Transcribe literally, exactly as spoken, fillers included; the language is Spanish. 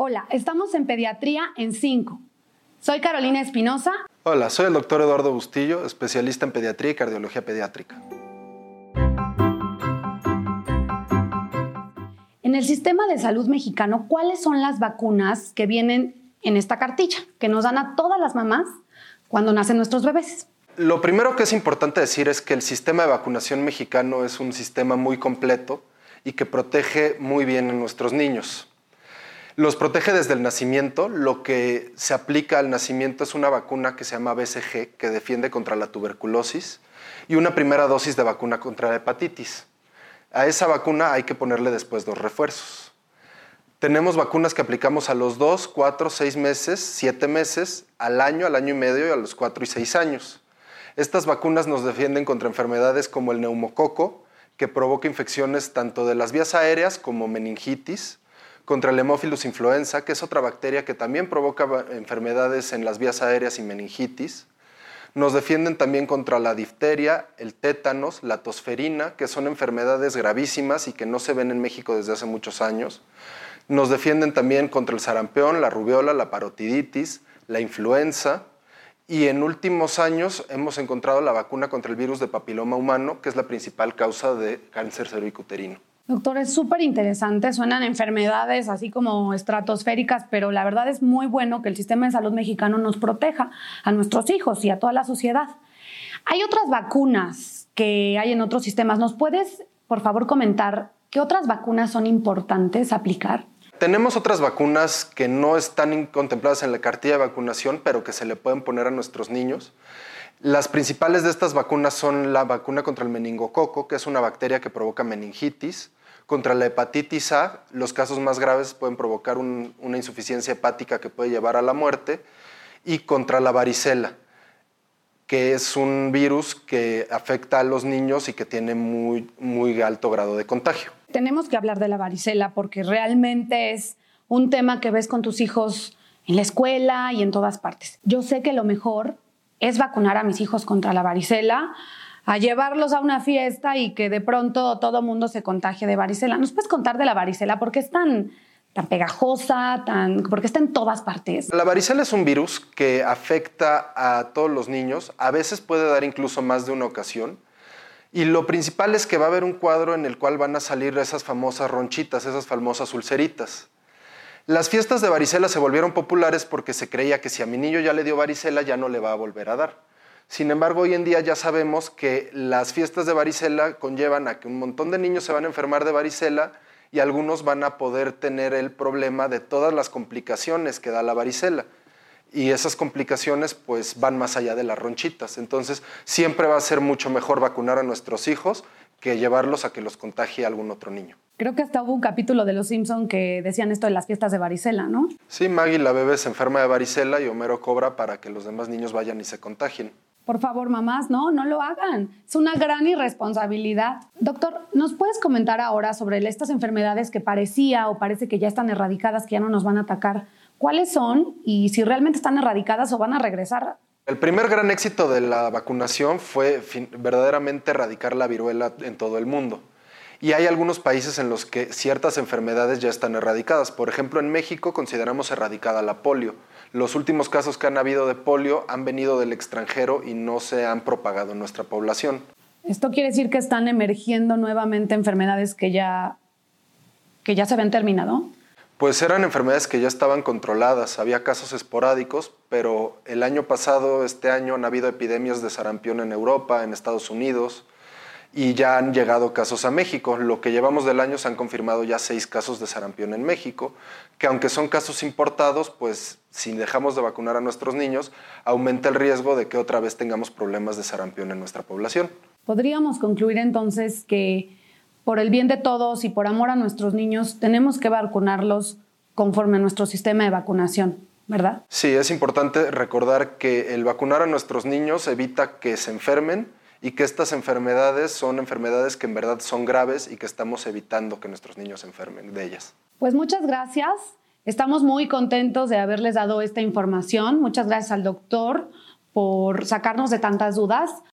Hola, estamos en Pediatría en cinco. Soy Carolina Espinosa. Hola, soy el doctor Eduardo Bustillo, especialista en pediatría y cardiología pediátrica. En el sistema de salud mexicano, ¿cuáles son las vacunas que vienen en esta cartilla que nos dan a todas las mamás cuando nacen nuestros bebés? Lo primero que es importante decir es que el sistema de vacunación mexicano es un sistema muy completo y que protege muy bien a nuestros niños. Los protege desde el nacimiento. Lo que se aplica al nacimiento es una vacuna que se llama B C G, que defiende contra la tuberculosis, y una primera dosis de vacuna contra la hepatitis. A esa vacuna hay que ponerle después dos refuerzos. Tenemos vacunas que aplicamos a los dos, cuatro, seis meses, siete meses, al año, al año y medio y a los cuatro y seis años. Estas vacunas nos defienden contra enfermedades como el neumococo, que provoca infecciones tanto de las vías aéreas como meningitis, contra el Haemophilus influenza, que es otra bacteria que también provoca enfermedades en las vías aéreas y meningitis. Nos defienden también contra la difteria, el tétanos, la tosferina, que son enfermedades gravísimas y que no se ven en México desde hace muchos años. Nos defienden también contra el sarampión, la rubiola, la parotiditis, la influenza. Y en últimos años hemos encontrado la vacuna contra el virus de papiloma humano, que es la principal causa de cáncer cervicuterino. Doctor, es súper interesante, suenan enfermedades así como estratosféricas, pero la verdad es muy bueno que el sistema de salud mexicano nos proteja a nuestros hijos y a toda la sociedad. Hay otras vacunas que hay en otros sistemas. ¿Nos puedes, por favor, comentar qué otras vacunas son importantes aplicar? Tenemos otras vacunas que no están contempladas en la cartilla de vacunación, pero que se le pueden poner a nuestros niños. Las principales de estas vacunas son la vacuna contra el meningococo, que es una bacteria que provoca meningitis. Contra la hepatitis A, los casos más graves pueden provocar un, una insuficiencia hepática que puede llevar a la muerte. Y contra la varicela, que es un virus que afecta a los niños y que tiene muy, muy alto grado de contagio. Tenemos que hablar de la varicela porque realmente es un tema que ves con tus hijos en la escuela y en todas partes. Yo sé que lo mejor es vacunar a mis hijos contra la varicela, a llevarlos a una fiesta y que de pronto todo mundo se contagie de varicela. ¿Nos puedes contar de la varicela? ¿Por qué es tan, tan pegajosa? Tan, ¿Por qué está en todas partes? La varicela es un virus que afecta a todos los niños. A veces puede dar incluso más de una ocasión. Y lo principal es que va a haber un cuadro en el cual van a salir esas famosas ronchitas, esas famosas ulceritas. Las fiestas de varicela se volvieron populares porque se creía que si a mi niño ya le dio varicela ya no le va a volver a dar. Sin embargo, hoy en día ya sabemos que las fiestas de varicela conllevan a que un montón de niños se van a enfermar de varicela y algunos van a poder tener el problema de todas las complicaciones que da la varicela. Y esas complicaciones pues van más allá de las ronchitas. Entonces, siempre va a ser mucho mejor vacunar a nuestros hijos que llevarlos a que los contagie algún otro niño. Creo que hasta hubo un capítulo de Los Simpson que decían esto de las fiestas de varicela, ¿no? Sí, Maggie la bebé se enferma de varicela y Homero cobra para que los demás niños vayan y se contagien. Por favor, mamás, no, no lo hagan. Es una gran irresponsabilidad. Doctor, ¿nos puedes comentar ahora sobre estas enfermedades que parecía o parece que ya están erradicadas, que ya no nos van a atacar? ¿Cuáles son y si realmente están erradicadas o van a regresar? El primer gran éxito de la vacunación fue verdaderamente erradicar la viruela en todo el mundo. Y hay algunos países en los que ciertas enfermedades ya están erradicadas. Por ejemplo, en México consideramos erradicada la polio. Los últimos casos que han habido de polio han venido del extranjero y no se han propagado en nuestra población. ¿Esto quiere decir que están emergiendo nuevamente enfermedades que ya, que ya se habían terminado? Pues eran enfermedades que ya estaban controladas, había casos esporádicos, pero el año pasado, este año, han habido epidemias de sarampión en Europa, en Estados Unidos, y ya han llegado casos a México. Lo que llevamos del año se han confirmado ya seis casos de sarampión en México, que aunque son casos importados, pues si dejamos de vacunar a nuestros niños, aumenta el riesgo de que otra vez tengamos problemas de sarampión en nuestra población. Podríamos concluir entonces que por el bien de todos y por amor a nuestros niños, tenemos que vacunarlos conforme a nuestro sistema de vacunación, ¿verdad? Sí, es importante recordar que el vacunar a nuestros niños evita que se enfermen y que estas enfermedades son enfermedades que en verdad son graves y que estamos evitando que nuestros niños se enfermen de ellas. Pues muchas gracias. Estamos muy contentos de haberles dado esta información. Muchas gracias al doctor por sacarnos de tantas dudas.